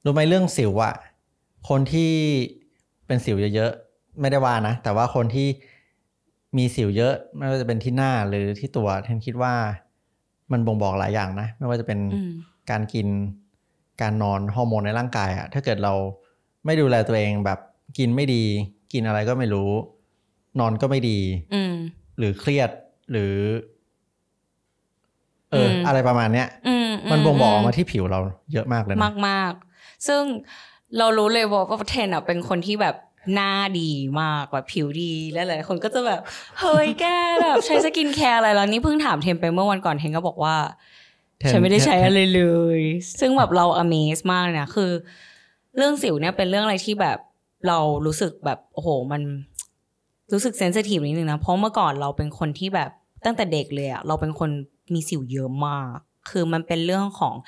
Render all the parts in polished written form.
รู้ไหมเรื่องสิวอะคนที่เป็นสิวเยอะๆไม่ได้ว่านะแต่ว่าคนที่มีสิวเยอะไม่ว่าจะเป็นที่หน้าหรือที่ตัวฉันคิดว่ามันบ่งบอกหลายอย่างนะไม่ว่าจะเป็นการกินการนอนฮอร์โมนในร่างกายอะถ้าเกิดเราไม่ดูแลตัวเองแบบกินไม่ดีกินอะไรก็ไม่รู้นอนก็ไม่ดีหรือเครียดหรืออะไรประมาณเนี้ยมันบ่งบอกมาที่ผิวเราเยอะมากเลยนะมากๆซึ่งเรารู้เลยว่าเทนอ่ะเป็นคนที่แบบหน้าดีมากแบบผิวดีและหลายคนก็จะแบบเฮ้ยแกแบบใช้สกินแคร์อะไรแล้วนี่เพิ่งถามเทนไปเมื่อวันก่อนเทนก็บอกว่าฉันไม่ได้ใช้อะไรเลยซึ่งแบบเรา amaze มากเลยนะคือเรื่องสิวเนี่ยเป็นเรื่องอะไรที่แบบเรารู้สึกแบบโอ้โหมันรู้สึกเซนซิทีฟนิดนึงนะเพราะเมื่อก่อนเราเป็นคนที่แบบตั้งแต่เด็กเลยอะเราเป็นคนมีสิวเยอะมากคือมันเป็นเรื่องของ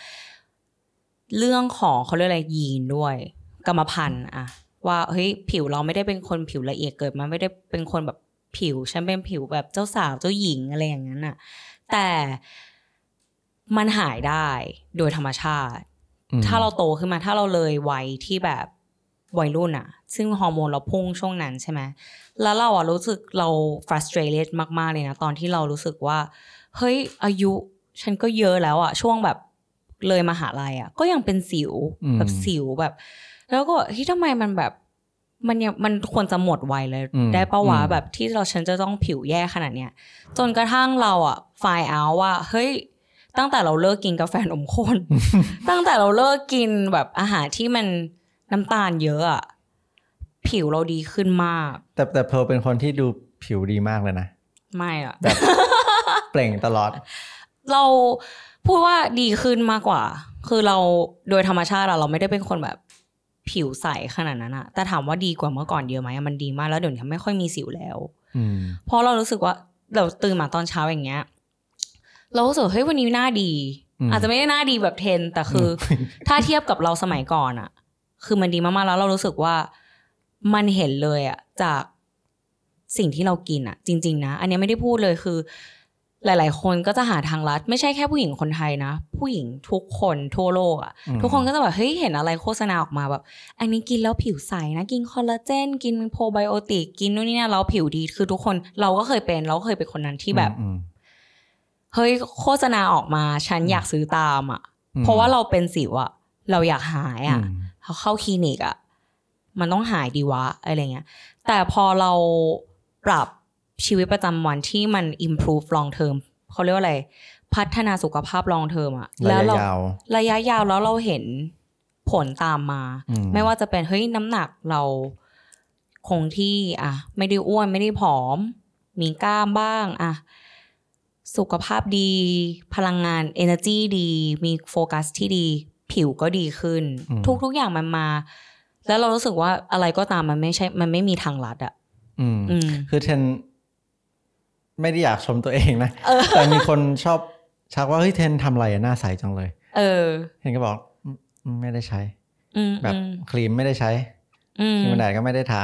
เขาเรียกอะไรยีนด้วยกรรมพันธุ์อะว่าเฮ้ยผิวเราไม่ได้เป็นคนผิวละเอียดเกิดมาไม่ได้เป็นคนแบบผิวฉันเป็นผิวแบบเจ้าสาวเจ้าหญิงอะไรอย่างนั้นอะแต่มันหายได้โดยธรรมชาติถ้าเราโตขึ้นมาถ้าเราเลยวัยที่แบบวัยรุ่นอะซึ่งฮอร์โมนเราพุ่งช่วงนั้นใช่ไหมแล้วเราอะรู้สึกเรา frustrated มากๆเลยนะตอนที่เรารู้สึกว่าเฮ้ยอายุฉันก็เยอะแล้วอะช่วงแบบเลยมหาลัยอะก็ยังเป็นสิวแบบสิวแบบแล้วก็เฮ้ยทำไมมันแบบมันควรจะหมดวัยเลยได้ป่าววะแบบที่ฉันจะต้องผิวแย่ขนาดเนี้ยจนกระทั่งเราอะไฟล์เอาว่าเฮ้ยตั้งแต่เราเลิกกินกาแฟนมข้น ตั้งแต่เราเลิกกินแบบอาหารที่มันน้ำตาลเยอะอะผิวเราดีขึ้นมากแต่เพร์ลเป็นคนที่ดูผิวดีมากเลยนะไม่อะแบบเปล่งตลอดเราพูดว่าดีขึ้นมากกว่าคือเราโดยธรรมชาติเราไม่ได้เป็นคนแบบผิวใสขนาดนั้นอะแต่ถามว่าดีกว่าเมื่อก่อนเยอะไหมมันดีมากแล้วเดี๋ยวนี้ไม่ค่อยมีสิวแล้วเพราะเรารู้สึกว่าเราตื่นมาตอนเช้าอย่างเงี้ยเรารู้สึกเฮ้ยวันนี้หน้าดีอาจจะไม่ได้หน้าดีแบบเทรนแต่คือ ถ้าเทียบกับเราสมัยก่อนอะคือมันดีมากๆแล้วเรารู้สึกว่ามันเห็นเลยอะจากสิ่งที่เรากินอะจริงๆนะอันนี้ไม่ได้พูดเลยคือหลายๆคนก็จะหาทางลัดไม่ใช่แค่ผู้หญิงคนไทยนะผู้หญิงทุกคนทั่วโลกอะทุกคนก็จะแบบเฮ้ยเห็นอะไรโฆษณาออกมาแบบอันนี้กินแล้วผิวใสนะกินคอลลาเจนกินโปรไบโอติกกินนู่นนี่นั่นแล้วผิวดีคือทุกคนเราก็เคยเป็นคนนั้นที่แบบเฮ้ยโฆษณาออกมาฉันอยากซื้อตามอ่ะเพราะว่าเราเป็นสิวอ่ะเราอยากหายอ่ะเขาเข้าคลินิกอ่ะมันต้องหายดีวะอะไรเงี้ยแต่พอเราปรับชีวิตประจำวันที่มัน improve long term เขาเรียกว่าอะไรพัฒนาสุขภาพ long term อ่ะแล้วเราระยะยาวแล้วเราเห็นผลตามมาไม่ว่าจะเป็นเฮ้ยน้ำหนักเราคงที่อ่ะไม่ได้อ้วนไม่ได้ผอมมีกล้ามบ้างอ่ะสุขภาพดีพลังงาน energy ดีมีโฟกัสที่ดีผิวก็ดีขึ้นทุกอย่างมันมาแล้วเรารู้สึกว่าอะไรก็ตามมันไม่มีทางลัดอ่ะคือเทนไม่ได้อยากชมตัวเองนะแต่มีคนชอบชักว่าเฮ้ยเทนทำอะไรหน้าใสจังเลยเทนก็บอกไม่ได้ใช้แบบครีมไม่ได้ใช้ครีมกันแดดก็ไม่ได้ทา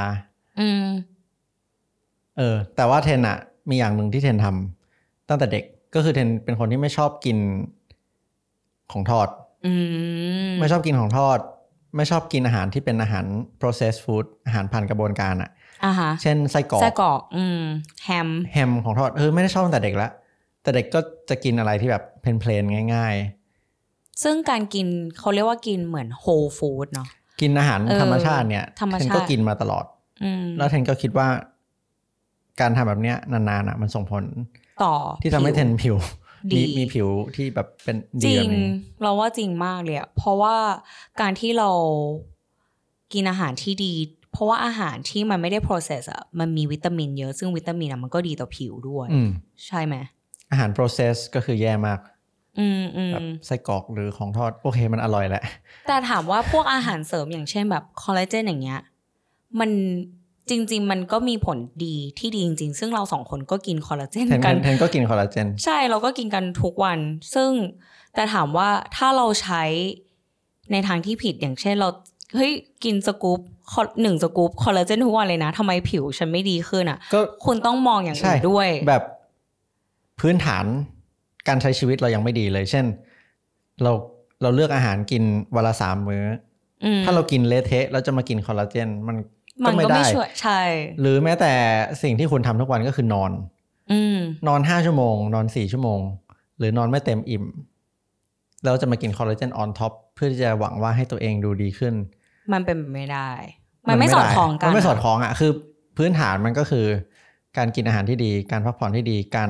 แต่ว่าเทนอะมีอย่างหนึ่งที่เทนทำตั้งแต่เด็กก็คือเทนเป็นคนที่ไม่ชอบกินของทอดไม่ชอบกินของทอดไม่ชอบกินอาหารที่เป็นอาหาร processed food อาหารผ่านกระบวนการอะเช่นไส้กรอกแฮมของทอดไม่ได้ชอบตั้งแต่เด็กแล้วแต่เด็กก็จะกินอะไรที่แบบเพลนๆง่ายๆซึ่งการกินเขาเรียกว่ากินเหมือน whole food เนาะกินอาหารธรรมชาติเนี่ยเทนก็กินมาตลอดแล้วเทนก็คิดว่าการทำแบบเนี้ยนานๆมันส่งผลต่อที่ทำให้เทนผิวมีผิวที่แบบเป็นจริงเราว่าจริงมากเลยเพราะว่าการที่เรากินอาหารที่ดีเพราะว่าอาหารที่มันไม่ได้ process อ่ะมันมีวิตามินเยอะซึ่งวิตามินอ่ะมันก็ดีต่อผิวด้วยใช่ไหมอาหาร process ก็คือแย่มากแบบไส้กรอกหรือของทอดโอเคมันอร่อยแหละแต่ถามว่าพวกอาหารเสริมอย่างเช่นแบบคอลลาเจนอย่างเงี้ยมันจริงๆมันก็มีผลดีที่ดีจริงๆซึ่งเราสองคนก็กินคอลลาเจนกันเทนก็กินคอลลาเจนใช่เราก็กินกันทุกวันซึ่งแต่ถามว่าถ้าเราใช้ในทางที่ผิดอย่างเช่นเราเฮ้ยกินสกู๊ป1สกู๊ปคอลลาเจนทุกวันเลยนะทำไมผิวฉันไม่ดีขึ้นอ่ะก็คุณต้องมองอย่างอื่นด้วยแบบพื้นฐานการใช้ชีวิตเรายังไม่ดีเลยเช่นเราเลือกอาหารกินวันละ3 มื้อถ้าเรากินเละเทะแล้วจะมากินคอลลาเจนมันก็ไม่ได้ช่วยใช่หรือแม้แต่สิ่งที่คุณทำทุกวันก็คือนอนนอน5 ชั่วโมงนอน4 ชั่วโมงหรือนอนไม่เต็มอิ่มแล้วจะมากินคอลลาเจนออนท็อปเพื่อที่จะหวังว่าให้ตัวเองดูดีขึ้นมันเป็นไม่ได้มันไม่สอดคล้องกันมันไม่สอดคล้องอ่ะคือพื้นฐานมันก็คือการกินอาหารที่ดีการพักผ่อนที่ดีการ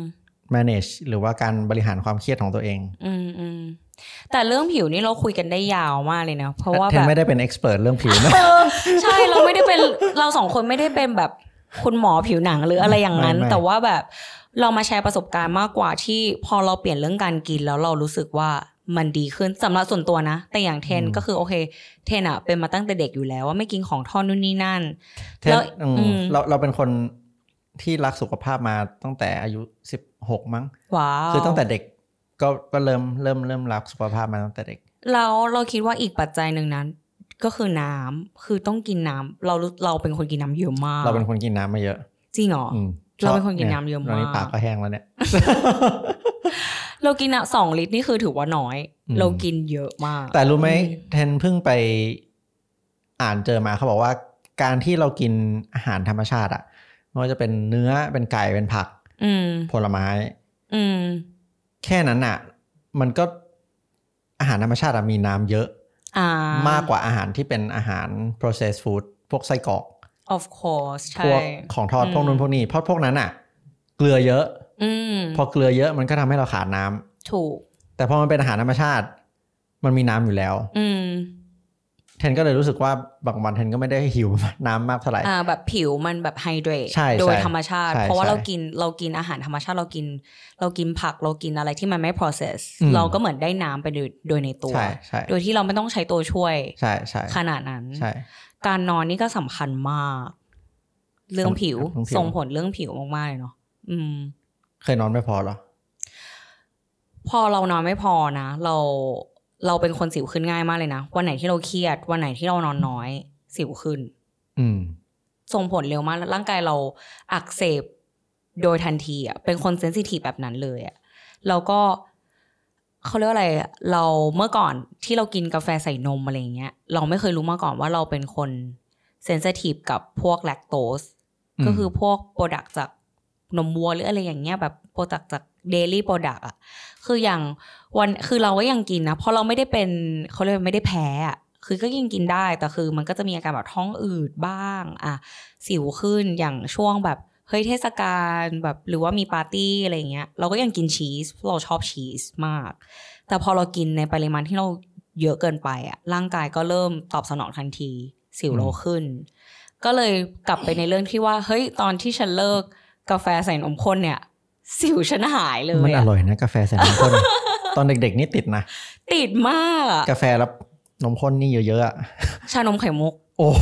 manage หรือว่าการบริหารความเครียดของตัวเองแต่เรื่องผิวนี่เราคุยกันได้ยาวมากเลยนะเพราะว่าแบบไม่ได้เป็น expert เรื่องผิวนะใช่เราไม่ได้เป็นเราสองคนไม่ได้เป็นแบบคุณหมอผิวหนังหรืออะไรอย่างนั้นแต่ว่าแบบเรามาแชร์ประสบการณ์มากกว่าที่พอเราเปลี่ยนเรื่องการกินแล้วเรารู้สึกว่ามันดีขึ้นสำหรับส่วนตัวนะแต่อย่างเทนก็คือโอเคเทนอะเป็นมาตั้งแต่เด็กอยู่แล้วว่าไม่กินของทอดนู่นนี่นั่นแล้วเราเป็นคนที่รักสุขภาพมาตั้งแต่อายุ16มั้งว้าวคือตั้งแต่เด็กก็เริ่มรักสุขภาพมาตั้งแต่เด็กแล้วเราคิดว่าอีกปัจจัยหนึ่งนั้นก็คือน้ำคือต้องกินน้ำเราเป็นคนกินน้ำเยอะมากเราเป็นคนกินน้ำมาเยอะจริงเหรอเราเป็นคนกินน้ำเยอะมากตอนนี้ปากก็แห้งแล้วเนี่ยเรากินอ่ะ2 ลิตรนี่คือถือว่าน้อยเรากินเยอะมากแต่รู้ไหมเทนเพิ่งไปอ่านเจอมาเขาบอกว่าการที่เรากินอาหารธรรมชาติอ่ะไม่ว่าจะเป็นเนื้อเป็นไก่เป็นผักผลไม้แค่นั้นอ่ะมันก็อาหารธรรมชาติมีน้ำเยอะมากกว่าอาหารที่เป็นอาหาร processed food พวกไส้กรอก of course ใช่พวกของทอดพวกนู้นพวกนี้เพราะพวกนั้นอ่ะเกลือเยอะพอเกลือเยอะมันก็ทำให้เราขาดน้ำถูกแต่พอมันเป็นอาหารธรรมชาติมันมีน้ำอยู่แล้วเทนก็เลยรู้สึกว่าบางวันเทนก็ไม่ได้หิวน้ำมากเท่าไหร่แบบผิวมันแบบไฮเดรตโดยธรรมชาติเพราะว่าเรากินอาหารธรรมชาติเรากินผักเรากินอะไรที่มันไม่ process เราก็เหมือนได้น้ำไปโดยในตัวโดยที่เราไม่ต้องใช้ตัวช่วยขนาดนั้นการนอนนี่ก็สำคัญมากเรื่องผิวส่งผลเรื่องผิวมากๆเลยเนาะเคยนอนไม่พอหรอพอเรานอนไม่พอนะเราเป็นคนสิวขึ้นง่ายมากเลยนะวันไหนที่เราเครียดวันไหนที่เรานอนน้อยสิวขึ้นส่งผลเร็วมากร่างกายเราอักเสบโดยทันทีอ่ะเป็นคนเซนซิทีฟแบบนั้นเลยอ่ะแล้วก็เขาเรียกว่าอะไรเราเมื่อก่อนที่เรากินกาแฟใส่นมอะไรอย่างเงี้ยเราไม่เคยรู้มาก่อนว่าเราเป็นคนเซนซิทีฟกับพวกแลคโตสก็คือพวกโปรดักต์จากนมวัวหรืออะไรอย่างเงี้ยแบบโปรดักต์จากเดลี่โปรดักต์อ่ะคืออย่างวันคือเราก็ยังกินนะเพราะเราไม่ได้เป็นเขาเรียกไม่ได้แพ้อ่ะคือก็ยังกินได้แต่คือมันก็จะมีอาการแบบท้องอืดบ้างสิวขึ้นอย่างช่วงแบบเฮ้ยเทศกาลแบบหรือว่ามีปาร์ตี้อะไรเงี้ยเราก็ยังกินชีสเราชอบชีสมากแต่พอเรากินในปริมาณที่เราเยอะเกินไปอ่ะร่างกายก็เริ่มตอบสนองทันทีสิวเราขึ้นก็เลยกลับไปในเรื่องที่ว่าเฮ้ยตอนที่ฉันเลิกกาแฟใส่นมข้นเนี่ยสิวฉันหายเลยมันอร่อยนะกาแฟใส่นมข้น ตอนเด็กๆนี่ติดนะติดมากกาแฟแล้วนมข้นนี่เยอะๆชานมไข่มุกโอ้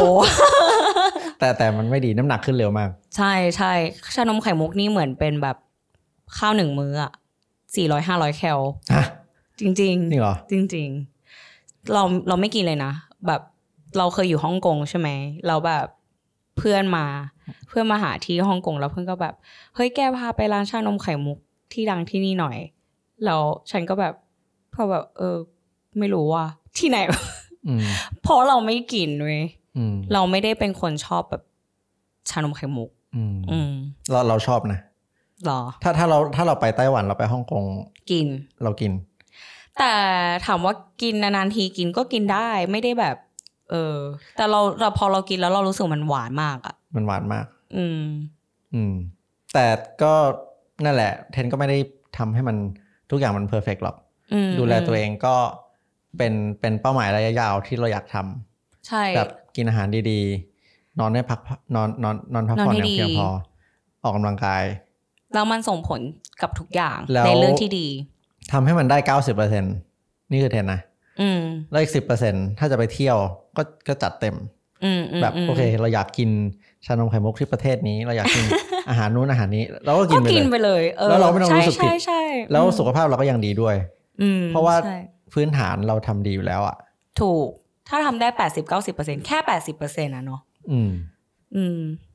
แต่มันไม่ดีน้ำหนักขึ้นเร็วมากใช่ใช่ชานมไข่มุกนี่เหมือนเป็นแบบข้าว1 มื้อ400-500 แคลจริงๆจริงเหรอจริงๆเราไม่กินเลยนะแบบเราเคยอยู่ฮ่องกงใช่ไหมเราแบบเพื่อนมาหาที่ฮ่องกงแล้วเพื่อนก็แบบเฮ้ยแกพาไปร้านชานมไข่มุกที่ดังที่นี่หน่อยแล้วฉันก็แบบพอแบบไม่รู้ว่าที่ไหน เพราะเราไม่กินเว้ยเราไม่ได้เป็นคนชอบแบบชานมไข่มุกเราชอบนะหรอถ้าเราไปไต้หวันเราไปฮ่องกงกินเรากินแต่ถามว่ากินนานๆทีกินก็กินได้ไม่ได้แบบแต่เราพอเรากินแล้วเรารู้สึกมันหวานมากอ่ะมันหวานมากแต่ก็นั่นแหละเทนก็ไม่ได้ทำให้มันทุกอย่างมันเพอร์เฟกต์หรอกดูแลตัวเองก็เป็นเป้าหมายระยะยาวที่เราอยากทำใช่แบบกินอาหารดีๆนอนให้พักนอนพักผ่อนอย่างเพียงพอออกกำลังกายแล้วมันส่งผลกับทุกอย่างในเรื่องที่ดีทำให้มันได้ 90% นี่คือเทนนะแล้วอีก 10% ถ้าจะไปเที่ยวก็จัดเต็มแบบโอเคเราอยากกินชานมไข่มุกที่ประเทศนี้เราอยากกิน อาหารนู้นอาหารนี้เราก็กินไปเลยแล้วเราไม่ต้องรู้สึกผิดแล้วสุขภาพเราก็ยังดีด้วยเพราะว่าพื้นฐานเราทำดีอยู่แล้วอ่ะถูกถ้าทำได้ 80-90% แค่ 80% นะเนาะ